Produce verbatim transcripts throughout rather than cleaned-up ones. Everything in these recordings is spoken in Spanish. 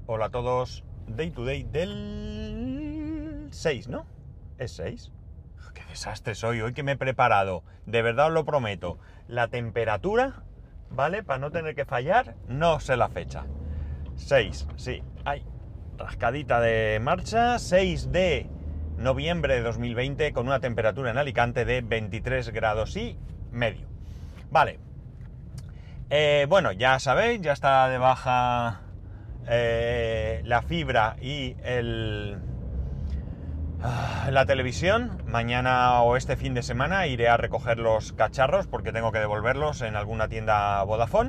Hola a todos. Day to day del seis, ¿no? ¿Es seis? ¡Qué desastre soy! Hoy que me he preparado, de verdad os lo prometo, la temperatura, ¿vale? Para no tener que fallar, no sé la fecha. seis, sí. Ay, rascadita de marcha. seis de noviembre de dos mil veinte con una temperatura en Alicante de veintitrés grados y medio. Vale. Eh, bueno, ya sabéis, ya está de baja eh, la fibra y el, uh, la televisión. Mañana o este fin de semana iré a recoger los cacharros porque tengo que devolverlos en alguna tienda Vodafone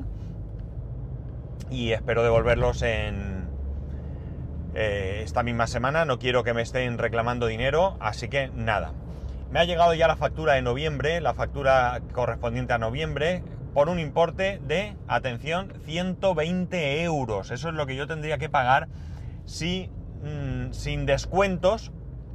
y espero devolverlos en eh, esta misma semana. No quiero que me estén reclamando dinero, así que nada. Me ha llegado ya la factura de noviembre, la factura correspondiente a noviembre, por un importe de, atención, ciento veinte euros. Eso es lo que yo tendría que pagar si, mmm, sin descuentos,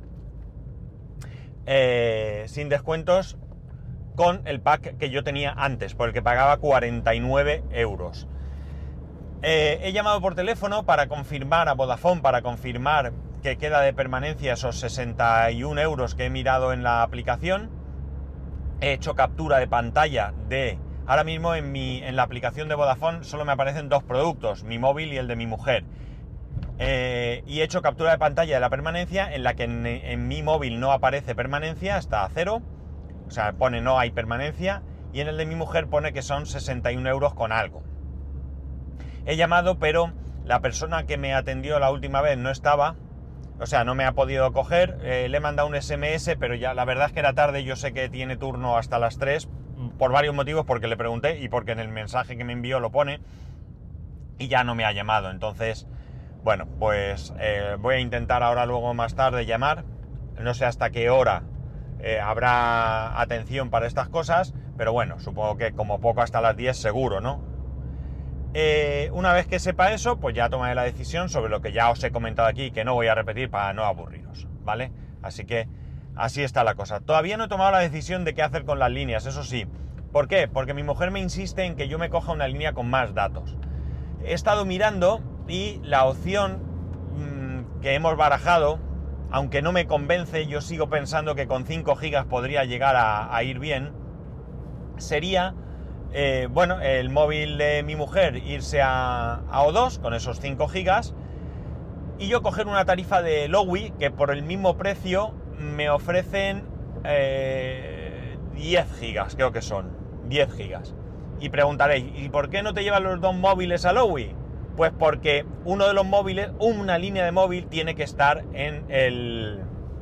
eh, sin descuentos con el pack que yo tenía antes, por el que pagaba cuarenta y nueve euros. Eh, he llamado por teléfono para confirmar a Vodafone, para confirmar que queda de permanencia esos sesenta y un euros que he mirado en la aplicación. He hecho captura de pantalla de... Ahora mismo en, mi, en la aplicación de Vodafone solo me aparecen dos productos, mi móvil y el de mi mujer. Eh, y he hecho captura de pantalla de la permanencia en la que en, en mi móvil no aparece permanencia, está a cero. O sea, pone no hay permanencia. Y en el de mi mujer pone que son sesenta y un euros con algo. He llamado, pero la persona que me atendió la última vez no estaba. O sea, no me ha podido coger. Eh, le he mandado un ese eme ese, pero ya la verdad es que era tarde. Yo sé que tiene turno hasta las tres. Por varios motivos, porque le pregunté y porque en el mensaje que me envió lo pone y ya no me ha llamado. Entonces, bueno, pues eh, voy a intentar ahora luego más tarde llamar. No sé hasta qué hora eh, habrá atención para estas cosas, pero bueno, supongo que como poco hasta las diez seguro, ¿no? Eh, una vez que sepa eso, pues ya tomaré la decisión sobre lo que ya os he comentado aquí, que no voy a repetir para no aburriros, ¿vale? Así que así está la cosa. Todavía no he tomado la decisión de qué hacer con las líneas, eso sí. ¿Por qué? Porque mi mujer me insiste en que yo me coja una línea con más datos. He estado mirando y la opción mmm, que hemos barajado, aunque no me convence, yo sigo pensando que con cinco gigas podría llegar a, a ir bien, sería, eh, bueno, el móvil de mi mujer irse a, a O dos con esos cinco gigas y yo coger una tarifa de Lowi que por el mismo precio me ofrecen eh, diez gigas, creo que son diez gigas. Y preguntaréis, ¿y por qué no te llevan los dos móviles a Lowi? Pues porque uno de los móviles, una línea de móvil, tiene que estar en el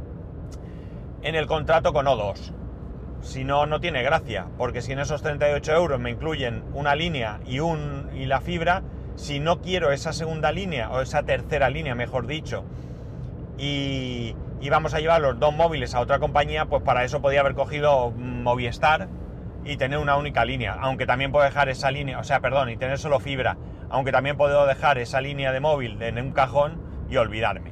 en el contrato con O dos. Si no, no tiene gracia, porque si en esos treinta y ocho euros me incluyen una línea y, un, y la fibra, si no quiero esa segunda línea, o esa tercera línea, mejor dicho, y, y vamos a llevar los dos móviles a otra compañía, pues para eso podía haber cogido Movistar y tener una única línea, aunque también puedo dejar esa línea, o sea, perdón, y tener solo fibra, aunque también puedo dejar esa línea de móvil en un cajón y olvidarme.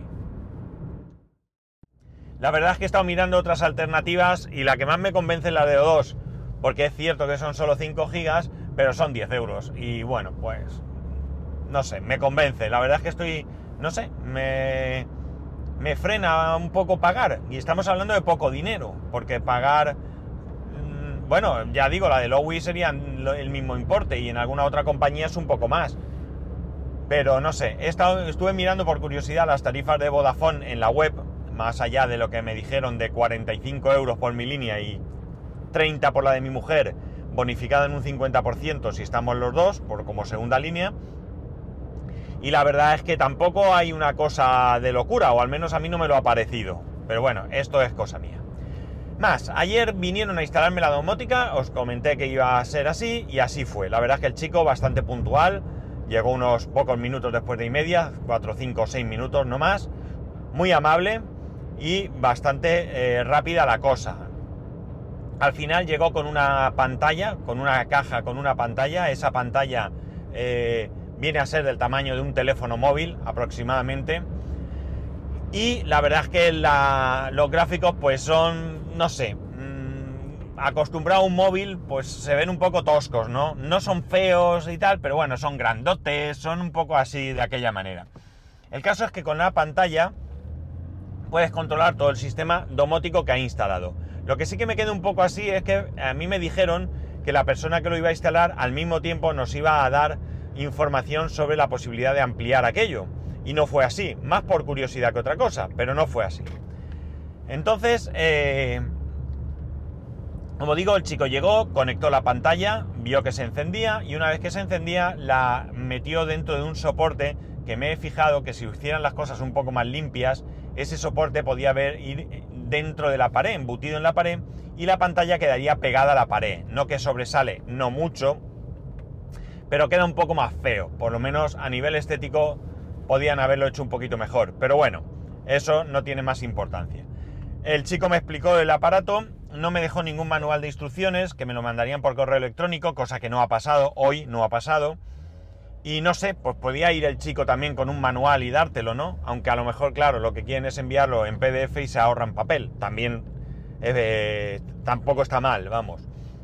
La verdad es que he estado mirando otras alternativas y la que más me convence es la de O dos, porque es cierto que son solo cinco gigas, pero son diez euros, y bueno, pues, no sé, me convence. La verdad es que estoy, no sé, me, me frena un poco pagar, y estamos hablando de poco dinero, porque pagar... Bueno, ya digo, la de Lowi sería el mismo importe y en alguna otra compañía es un poco más. Pero no sé, he estado, estuve mirando por curiosidad las tarifas de Vodafone en la web, más allá de lo que me dijeron de cuarenta y cinco euros por mi línea y treinta por la de mi mujer, bonificada en un cincuenta por ciento si estamos los dos, por como segunda línea. Y la verdad es que tampoco hay una cosa de locura, o al menos a mí no me lo ha parecido. Pero bueno, esto es cosa mía. Más, ayer vinieron a instalarme la domótica, os comenté que iba a ser así y así fue. La verdad es que el chico bastante puntual, llegó unos pocos minutos después de y media, cuatro, cinco, seis minutos no más, muy amable y bastante eh, rápida la cosa. Al final llegó con una pantalla, con una caja, con una pantalla, esa pantalla eh, viene a ser del tamaño de un teléfono móvil aproximadamente. Y la verdad es que la, los gráficos pues son, no sé, mmm, acostumbrado a un móvil pues se ven un poco toscos, ¿no? No son feos y tal, pero bueno, son grandotes, son un poco así de aquella manera. El caso es que con la pantalla puedes controlar todo el sistema domótico que ha instalado. Lo que sí que me queda un poco así es que a mí me dijeron que la persona que lo iba a instalar al mismo tiempo nos iba a dar información sobre la posibilidad de ampliar aquello. Y no fue así, más por curiosidad que otra cosa, pero no fue así. Entonces, eh, como digo, el chico llegó, conectó la pantalla, vio que se encendía y una vez que se encendía la metió dentro de un soporte que me he fijado que si hicieran las cosas un poco más limpias, ese soporte podía ver, ir dentro de la pared, embutido en la pared, y la pantalla quedaría pegada a la pared. No que sobresale, no mucho, pero queda un poco más feo. Por lo menos a nivel estético podían haberlo hecho un poquito mejor. Pero bueno, eso no tiene más importancia. El chico me explicó el aparato, no me dejó ningún manual de instrucciones, que me lo mandarían por correo electrónico, cosa que no ha pasado, hoy no ha pasado. Y no sé, pues podía ir el chico también con un manual y dártelo, ¿no? Aunque a lo mejor, claro, lo que quieren es enviarlo en P D F y se ahorran papel. También eh, tampoco está mal, vamos.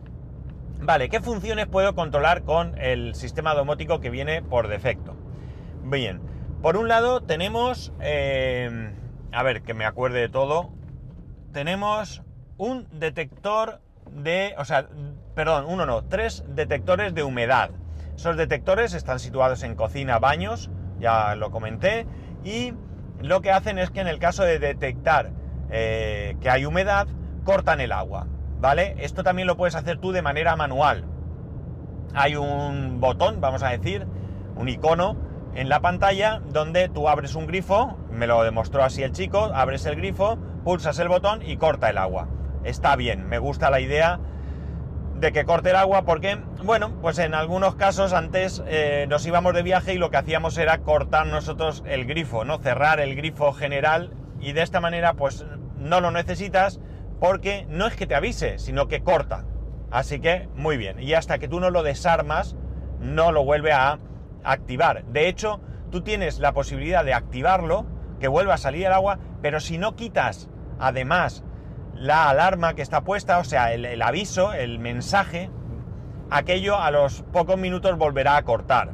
Vale, ¿qué funciones puedo controlar con el sistema domótico que viene por defecto? Bien, por un lado tenemos, eh, a ver, que me acuerde de todo, tenemos un detector de, o sea, perdón, uno no, tres detectores de humedad. Esos detectores están situados en cocina, baños, ya lo comenté, y lo que hacen es que en el caso de detectar eh, que hay humedad, cortan el agua, ¿vale? Esto también lo puedes hacer tú de manera manual. Hay un botón, vamos a decir, un icono en la pantalla donde tú abres un grifo, me lo demostró así el chico, abres el grifo, pulsas el botón y corta el agua. Está bien, me gusta la idea de que corte el agua porque, bueno, pues en algunos casos antes eh, nos íbamos de viaje y lo que hacíamos era cortar nosotros el grifo, ¿no? Cerrar el grifo general y de esta manera pues no lo necesitas porque no es que te avise, sino que corta. Así que muy bien, y hasta que tú no lo desarmas no lo vuelve a activar. De hecho, tú tienes la posibilidad de activarlo, que vuelva a salir el agua, pero si no quitas además la alarma que está puesta, o sea, el, el aviso, el mensaje, aquello a los pocos minutos volverá a cortar.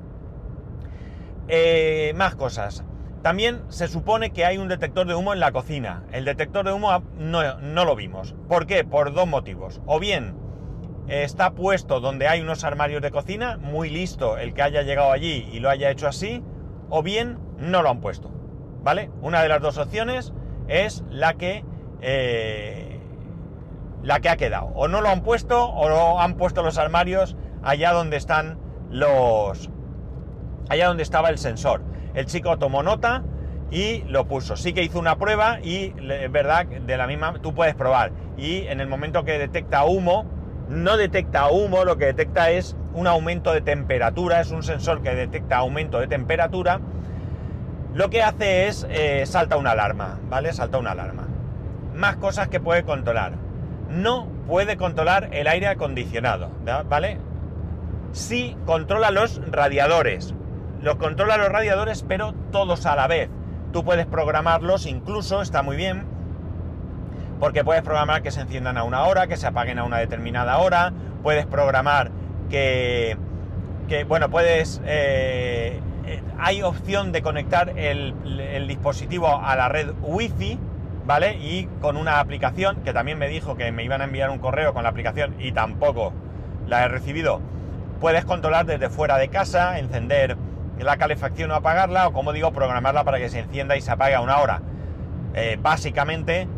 Eh, más cosas. También se supone que hay un detector de humo en la cocina. El detector de humo no, no lo vimos. ¿Por qué? Por dos motivos. O bien eh, está puesto donde hay unos armarios de cocina, muy listo el que haya llegado allí y lo haya hecho así, o bien no lo han puesto, ¿vale? Una de las dos opciones es la que Eh, la que ha quedado. O no lo han puesto o no han puesto los armarios allá donde están los... allá donde estaba el sensor. El chico tomó nota y lo puso. Sí que hizo una prueba y es verdad, de la misma tú puedes probar. Y en el momento que detecta humo, no detecta humo, lo que detecta es un aumento de temperatura. Es un sensor que detecta aumento de temperatura. Lo que hace es eh, salta una alarma, ¿vale? Salta una alarma. Más cosas que puede controlar. No puede controlar el aire acondicionado, ¿vale? Sí controla los radiadores. Los controla los radiadores, pero todos a la vez. Tú puedes programarlos, incluso, está muy bien, porque puedes programar que se enciendan a una hora, que se apaguen a una determinada hora. Puedes programar que, que bueno, puedes... Eh, hay opción de conectar el, el dispositivo a la red Wi-Fi, ¿vale? Y con una aplicación, que también me dijo que me iban a enviar un correo con la aplicación y tampoco la he recibido, puedes controlar desde fuera de casa, encender la calefacción o apagarla, o como digo, programarla para que se encienda y se apague a una hora. Eh, básicamente,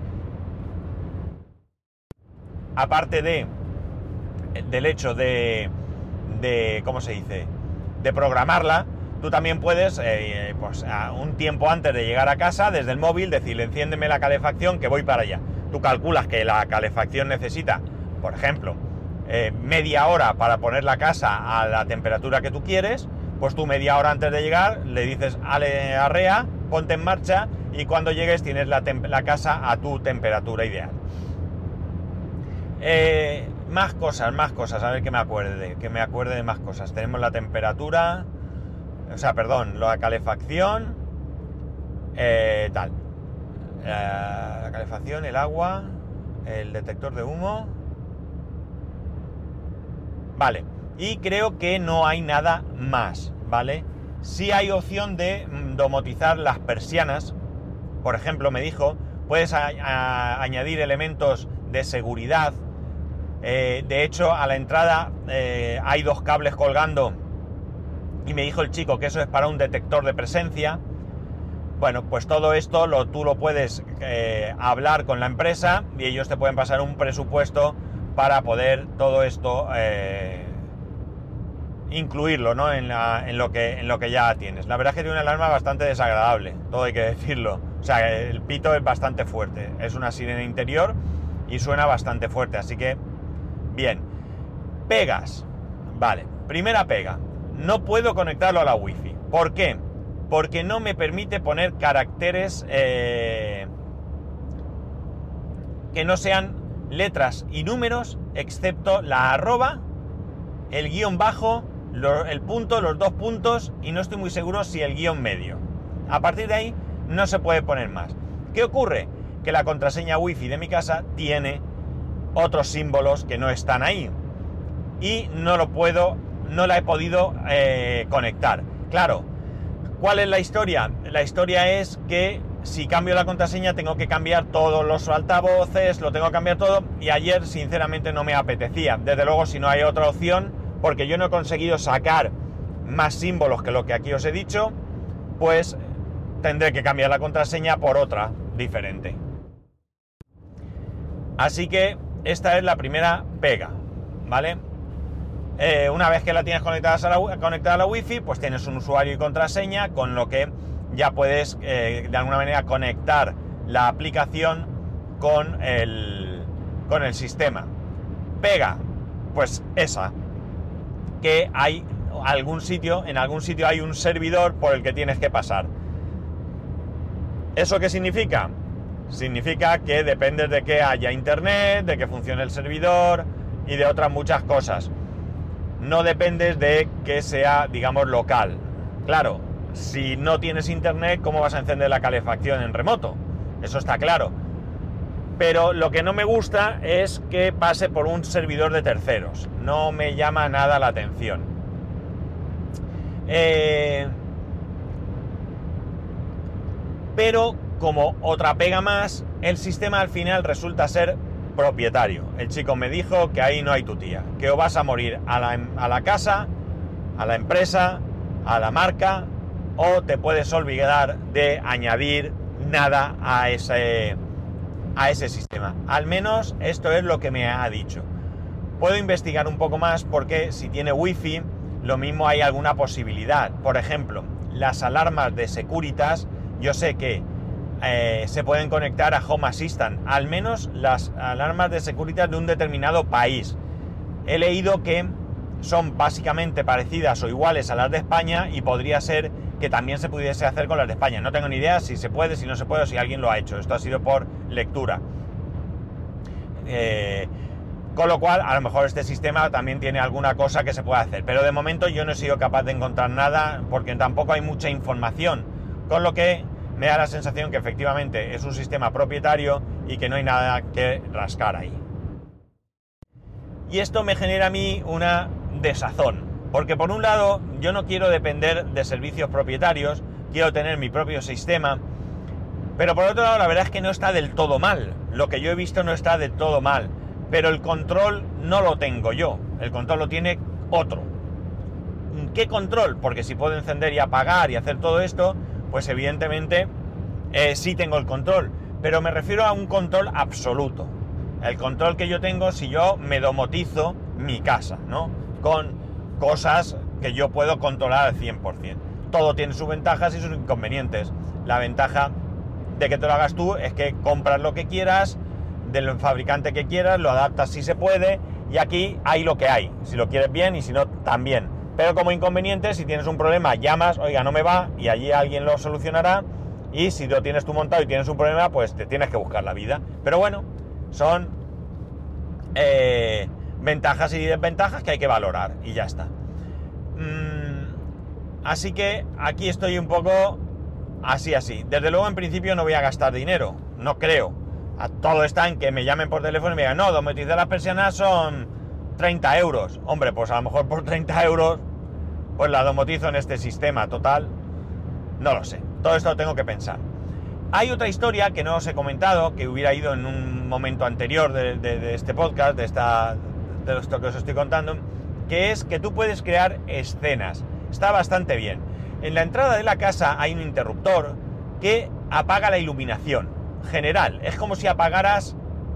aparte de del hecho de, de ¿cómo se dice?, de programarla, tú también puedes, eh, pues a un tiempo antes de llegar a casa, desde el móvil, decirle, enciéndeme la calefacción que voy para allá. Tú calculas que la calefacción necesita, por ejemplo, eh, media hora para poner la casa a la temperatura que tú quieres, pues tú media hora antes de llegar le dices, ale, arrea, ponte en marcha y cuando llegues tienes la, la casa a tu temperatura ideal. Eh, más cosas, más cosas, a ver que me acuerde, que me acuerde de más cosas. Tenemos la temperatura... O sea, perdón, la calefacción, eh, tal. Eh, la calefacción, el agua, el detector de humo. Vale, y creo que no hay nada más, ¿vale? Sí hay opción de domotizar las persianas. Por ejemplo, me dijo, puedes a, a, añadir elementos de seguridad. Eh, de hecho, a la entrada eh, hay dos cables colgando y me dijo el chico que eso es para un detector de presencia. Bueno, pues todo esto lo, tú lo puedes eh, hablar con la empresa y ellos te pueden pasar un presupuesto para poder todo esto eh, incluirlo, ¿no? En, la, en, lo que, en lo que ya tienes. La verdad es que tiene una alarma bastante desagradable, todo hay que decirlo. O sea, el pito es bastante fuerte. Es una sirena interior y suena bastante fuerte, así que bien. Pegas. Vale, primera pega. No puedo conectarlo a la wifi. ¿Por qué? Porque no me permite poner caracteres eh, que no sean letras y números, excepto la arroba, el guión bajo, lo, el punto, los dos puntos y no estoy muy seguro si el guión medio. A partir de ahí no se puede poner más. ¿Qué ocurre? Que la contraseña wifi de mi casa tiene otros símbolos que no están ahí y no lo puedo, no la he podido eh, conectar. Claro, ¿cuál es la historia? La historia es que si cambio la contraseña tengo que cambiar todos los altavoces, lo tengo que cambiar todo y ayer sinceramente no me apetecía. Desde luego si no hay otra opción, porque yo no he conseguido sacar más símbolos que lo que aquí os he dicho, pues tendré que cambiar la contraseña por otra diferente. Así que esta es la primera pega, ¿vale? Eh, una vez que la tienes conectada a la, conectada a la wifi, pues tienes un usuario y contraseña, con lo que ya puedes eh, de alguna manera conectar la aplicación con el, con el sistema. Pega, pues esa, que hay algún sitio, en algún sitio hay un servidor por el que tienes que pasar. ¿Eso qué significa? Significa que dependes de que haya internet, de que funcione el servidor y de otras muchas cosas. No dependes de que sea, digamos, local. Claro, si no tienes internet, ¿cómo vas a encender la calefacción en remoto? Eso está claro. Pero lo que no me gusta es que pase por un servidor de terceros. No me llama nada la atención. Eh... Pero, como otra pega más, el sistema al final resulta ser propietario. El chico me dijo que ahí no hay tu tía, que o vas a morir a la, a la casa, a la empresa, a la marca, o te puedes olvidar de añadir nada a ese, a ese sistema. Al menos esto es lo que me ha dicho. Puedo investigar un poco más porque si tiene wifi, lo mismo hay alguna posibilidad. Por ejemplo, las alarmas de Securitas, yo sé que Eh, se pueden conectar a Home Assistant, al menos las alarmas de Securitas de un determinado país. He leído que son básicamente parecidas o iguales a las de España y podría ser que también se pudiese hacer con las de España. No tengo ni idea si se puede, si no se puede o si alguien lo ha hecho. Esto ha sido por lectura. Eh, con lo cual, a lo mejor este sistema también tiene alguna cosa que se pueda hacer. Pero de momento yo no he sido capaz de encontrar nada porque tampoco hay mucha información. Con lo que me da la sensación que efectivamente es un sistema propietario y que no hay nada que rascar ahí. Y esto me genera a mí una desazón, porque por un lado yo no quiero depender de servicios propietarios, quiero tener mi propio sistema, pero por otro lado la verdad es que no está del todo mal. Lo que yo he visto no está del todo mal, pero el control no lo tengo yo, el control lo tiene otro. ¿Qué control? Porque si puedo encender y apagar y hacer todo esto, pues evidentemente eh, sí tengo el control, pero me refiero a un control absoluto. El control que yo tengo si yo me domotizo mi casa, ¿no? Con cosas que yo puedo controlar al cien por ciento. Todo tiene sus ventajas y sus inconvenientes. La ventaja de que te lo hagas tú es que compras lo que quieras, del fabricante que quieras, lo adaptas si se puede, y aquí hay lo que hay. Si lo quieres bien y si no, también. Pero como inconveniente, si tienes un problema, llamas, oiga, no me va, y allí alguien lo solucionará, y si lo tienes tú montado y tienes un problema, pues te tienes que buscar la vida. Pero bueno, son eh, ventajas y desventajas que hay que valorar, y ya está. Mm, así que aquí estoy un poco así, así. Desde luego, en principio, no voy a gastar dinero, no creo. A todo está en que me llamen por teléfono y me digan, no, domatizar las persianas son treinta euros. Hombre, pues a lo mejor por treinta euros pues la domotizo en este sistema total. No lo sé, todo esto lo tengo que pensar. Hay otra historia que no os he comentado, que hubiera ido en un momento anterior de, de, de este podcast, de, esta, de esto que os estoy contando, que es que tú puedes crear escenas. Está bastante bien. En la entrada de la casa hay un interruptor que apaga la iluminación general. Es como si apagaras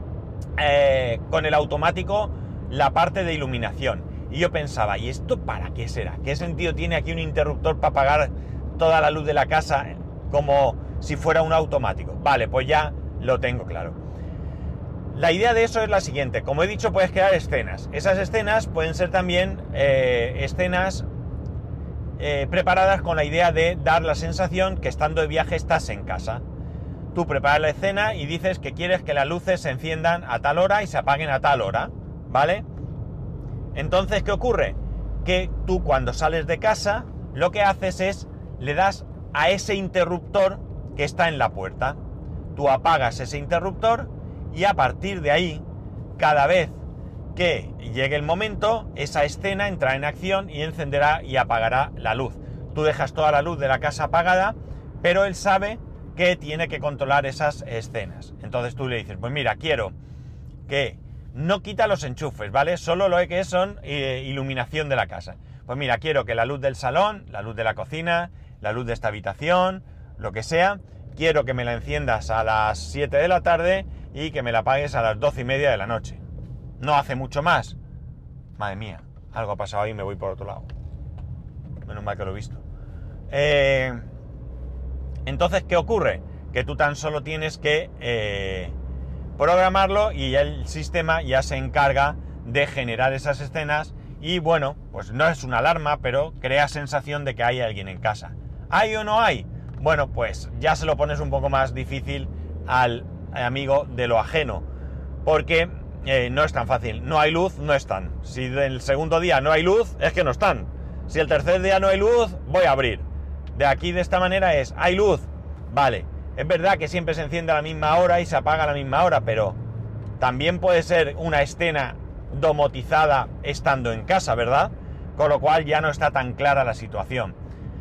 eh, con el automático la parte de iluminación. Y yo pensaba, ¿y esto para qué será? ¿Qué sentido tiene aquí un interruptor para apagar toda la luz de la casa como si fuera un automático? Vale, pues ya lo tengo claro. La idea de eso es la siguiente. Como he dicho, puedes crear escenas. Esas escenas pueden ser también eh, escenas eh, preparadas con la idea de dar la sensación que estando de viaje estás en casa. Tú preparas la escena y dices que quieres que las luces se enciendan a tal hora y se apaguen a tal hora, ¿vale? Entonces, ¿qué ocurre? Que tú cuando sales de casa, lo que haces es, le das a ese interruptor que está en la puerta. Tú apagas ese interruptor y a partir de ahí, cada vez que llegue el momento, esa escena entrará en acción y encenderá y apagará la luz. Tú dejas toda la luz de la casa apagada, pero él sabe que tiene que controlar esas escenas. Entonces tú le dices, pues mira, quiero que no quita los enchufes, ¿vale? Solo lo que es son eh, iluminación de la casa. Pues mira, quiero que la luz del salón, la luz de la cocina, la luz de esta habitación, lo que sea, quiero que me la enciendas a las siete de la tarde y que me la apagues a las doce y media de la noche. No hace mucho más. Madre mía, algo ha pasado ahí y me voy por otro lado. Menos mal que lo he visto. Eh, entonces, ¿qué ocurre? Que tú tan solo tienes que eh, programarlo y ya el sistema ya se encarga de generar esas escenas y bueno, pues no es una alarma, pero crea sensación de que hay alguien en casa. ¿Hay o no hay? Bueno, pues ya se lo pones un poco más difícil al amigo de lo ajeno, porque eh, no es tan fácil. No hay luz, no están. Si el segundo día no hay luz, es que no están. Si el tercer día no hay luz, voy a abrir. De aquí, de esta manera es, ¿hay luz? Vale. Es verdad que siempre se enciende a la misma hora y se apaga a la misma hora, pero también puede ser una escena domotizada estando en casa, ¿verdad? Con lo cual ya no está tan clara la situación.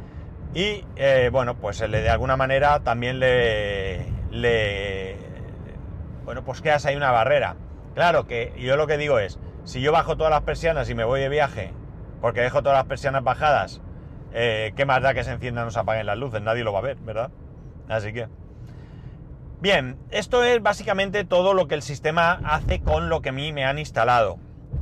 Y, eh, bueno, pues le, de alguna manera también le... le bueno, pues creas ahí una barrera. Claro que yo lo que digo es, si yo bajo todas las persianas y me voy de viaje, porque dejo todas las persianas bajadas, eh, ¿qué más da que se enciendan o se apaguen las luces? Nadie lo va a ver, ¿verdad? Así que... Bien, esto es básicamente todo lo que el sistema hace con lo que a mí me han instalado.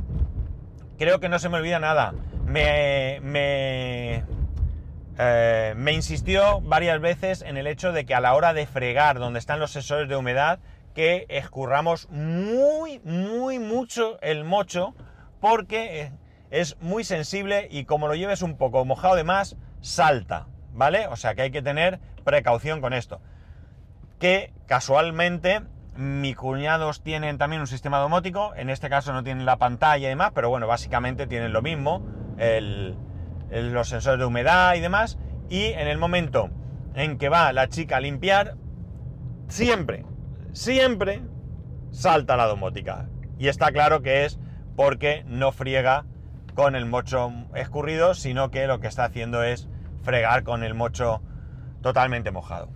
Creo que no se me olvida nada. Me... me Eh, me insistió varias veces en el hecho de que a la hora de fregar donde están los sensores de humedad, que escurramos muy, muy mucho el mocho, porque es muy sensible y como lo lleves un poco mojado de más, salta, ¿vale? O sea que hay que tener precaución con esto. Que casualmente mis cuñados tienen también un sistema domótico, en este caso no tienen la pantalla y demás, pero bueno, básicamente tienen lo mismo, el... los sensores de humedad y demás, y en el momento en que va la chica a limpiar, siempre, siempre salta la domótica. Y está claro que es porque no friega con el mocho escurrido, sino que lo que está haciendo es fregar con el mocho totalmente mojado.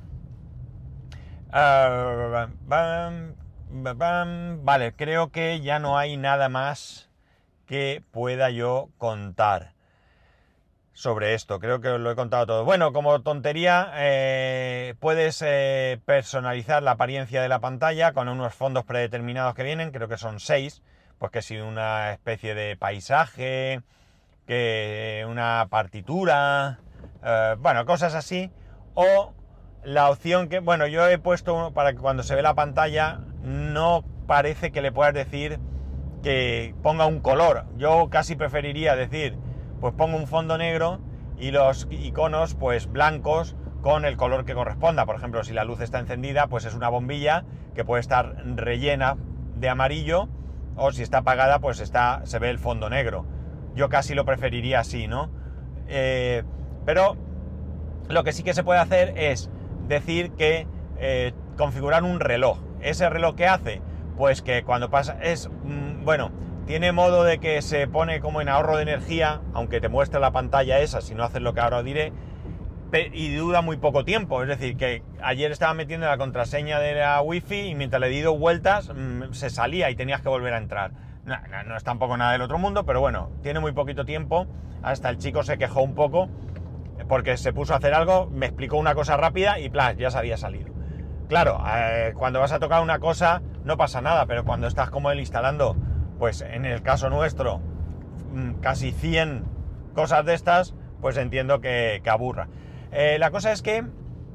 Uh, bam, bam, bam. Vale, creo que ya no hay nada más que pueda yo contar sobre esto. Creo que os lo he contado todo. Bueno, como tontería, eh, puedes eh, personalizar la apariencia de la pantalla con unos fondos predeterminados que vienen, creo que son seis, pues que si una especie de paisaje, que una partitura, eh, bueno, cosas así, o la opción que, bueno, yo he puesto uno para que cuando se ve la pantalla no parece que le puedas decir que ponga un color. Yo casi preferiría decir, pues pongo un fondo negro y los iconos pues blancos con el color que corresponda. Por ejemplo, si la luz está encendida, pues es una bombilla que puede estar rellena de amarillo, o si está apagada, pues está, se ve el fondo negro. Yo casi lo preferiría así, ¿no? Eh, pero lo que sí que se puede hacer es decir que eh, configurar un reloj. ¿Ese reloj qué hace? Pues que cuando pasa, es, mm, bueno, tiene modo de que se pone como en ahorro de energía, aunque te muestre la pantalla esa, si no haces lo que ahora os diré, y dura muy poco tiempo. Es decir, que ayer estaba metiendo la contraseña de la wifi y mientras le di dos vueltas mmm, se salía y tenías que volver a entrar. No, no, no es tampoco nada del otro mundo, pero bueno, tiene muy poquito tiempo. Hasta el chico se quejó un poco porque se puso a hacer algo, me explicó una cosa rápida y plas, ya se había salido. Claro, eh, cuando vas a tocar una cosa no pasa nada, pero cuando estás como él instalando, pues en el caso nuestro, casi cien cosas de estas, pues entiendo que, que aburra. Eh, la cosa es que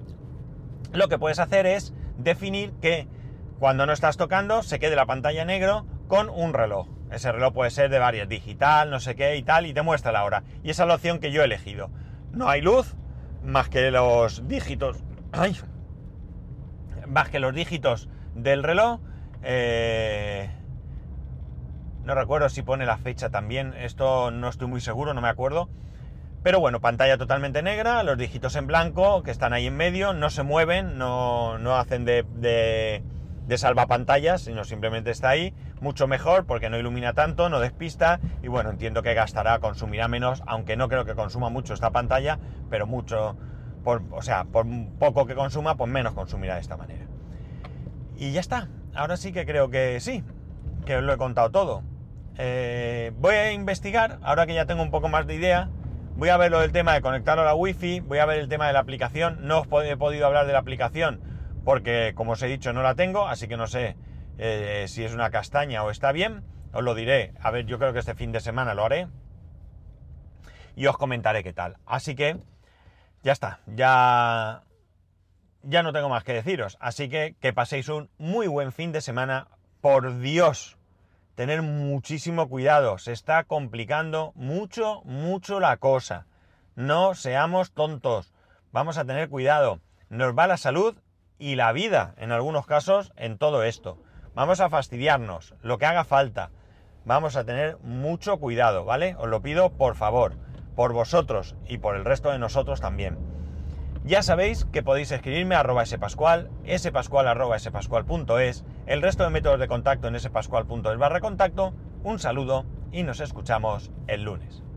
lo que puedes hacer es definir que cuando no estás tocando se quede la pantalla en negro con un reloj. Ese reloj puede ser de varias, digital, no sé qué y tal, y te muestra la hora. Y esa es la opción que yo he elegido. No hay luz, más que los dígitos... ¡Ay! Más que los dígitos del reloj. Eh, no recuerdo si pone la fecha también, esto no estoy muy seguro, no me acuerdo. Pero bueno, pantalla totalmente negra, los dígitos en blanco que están ahí en medio, no se mueven, no, no hacen de, de, de salvapantallas, sino simplemente está ahí. Mucho mejor porque no ilumina tanto, no despista y bueno, entiendo que gastará, consumirá menos, aunque no creo que consuma mucho esta pantalla, pero mucho... Por, o sea, por poco que consuma, pues menos consumirá de esta manera. Y ya está. Ahora sí que creo que sí, que os lo he contado todo. Eh, voy a investigar, ahora que ya tengo un poco más de idea, voy a ver lo del tema de conectarlo a la wifi, voy a ver el tema de la aplicación. No os he podido hablar de la aplicación porque, como os he dicho, no la tengo, así que no sé eh, si es una castaña o está bien. Os lo diré. A ver, yo creo que este fin de semana lo haré y os comentaré qué tal. Así que ya está, ya, ya no tengo más que deciros. Así que que paséis un muy buen fin de semana. Por Dios, tener muchísimo cuidado. Se está complicando mucho, mucho la cosa. No seamos tontos. Vamos a tener cuidado. Nos va la salud y la vida, en algunos casos, en todo esto. Vamos a fastidiarnos, lo que haga falta. Vamos a tener mucho cuidado, ¿vale? Os lo pido, por favor. Por vosotros y por el resto de nosotros también. Ya sabéis que podéis escribirme a arroba spascual, spascual arroba spascual punto es, el resto de métodos de contacto en spascual punto es barra contacto. Un saludo y nos escuchamos el lunes.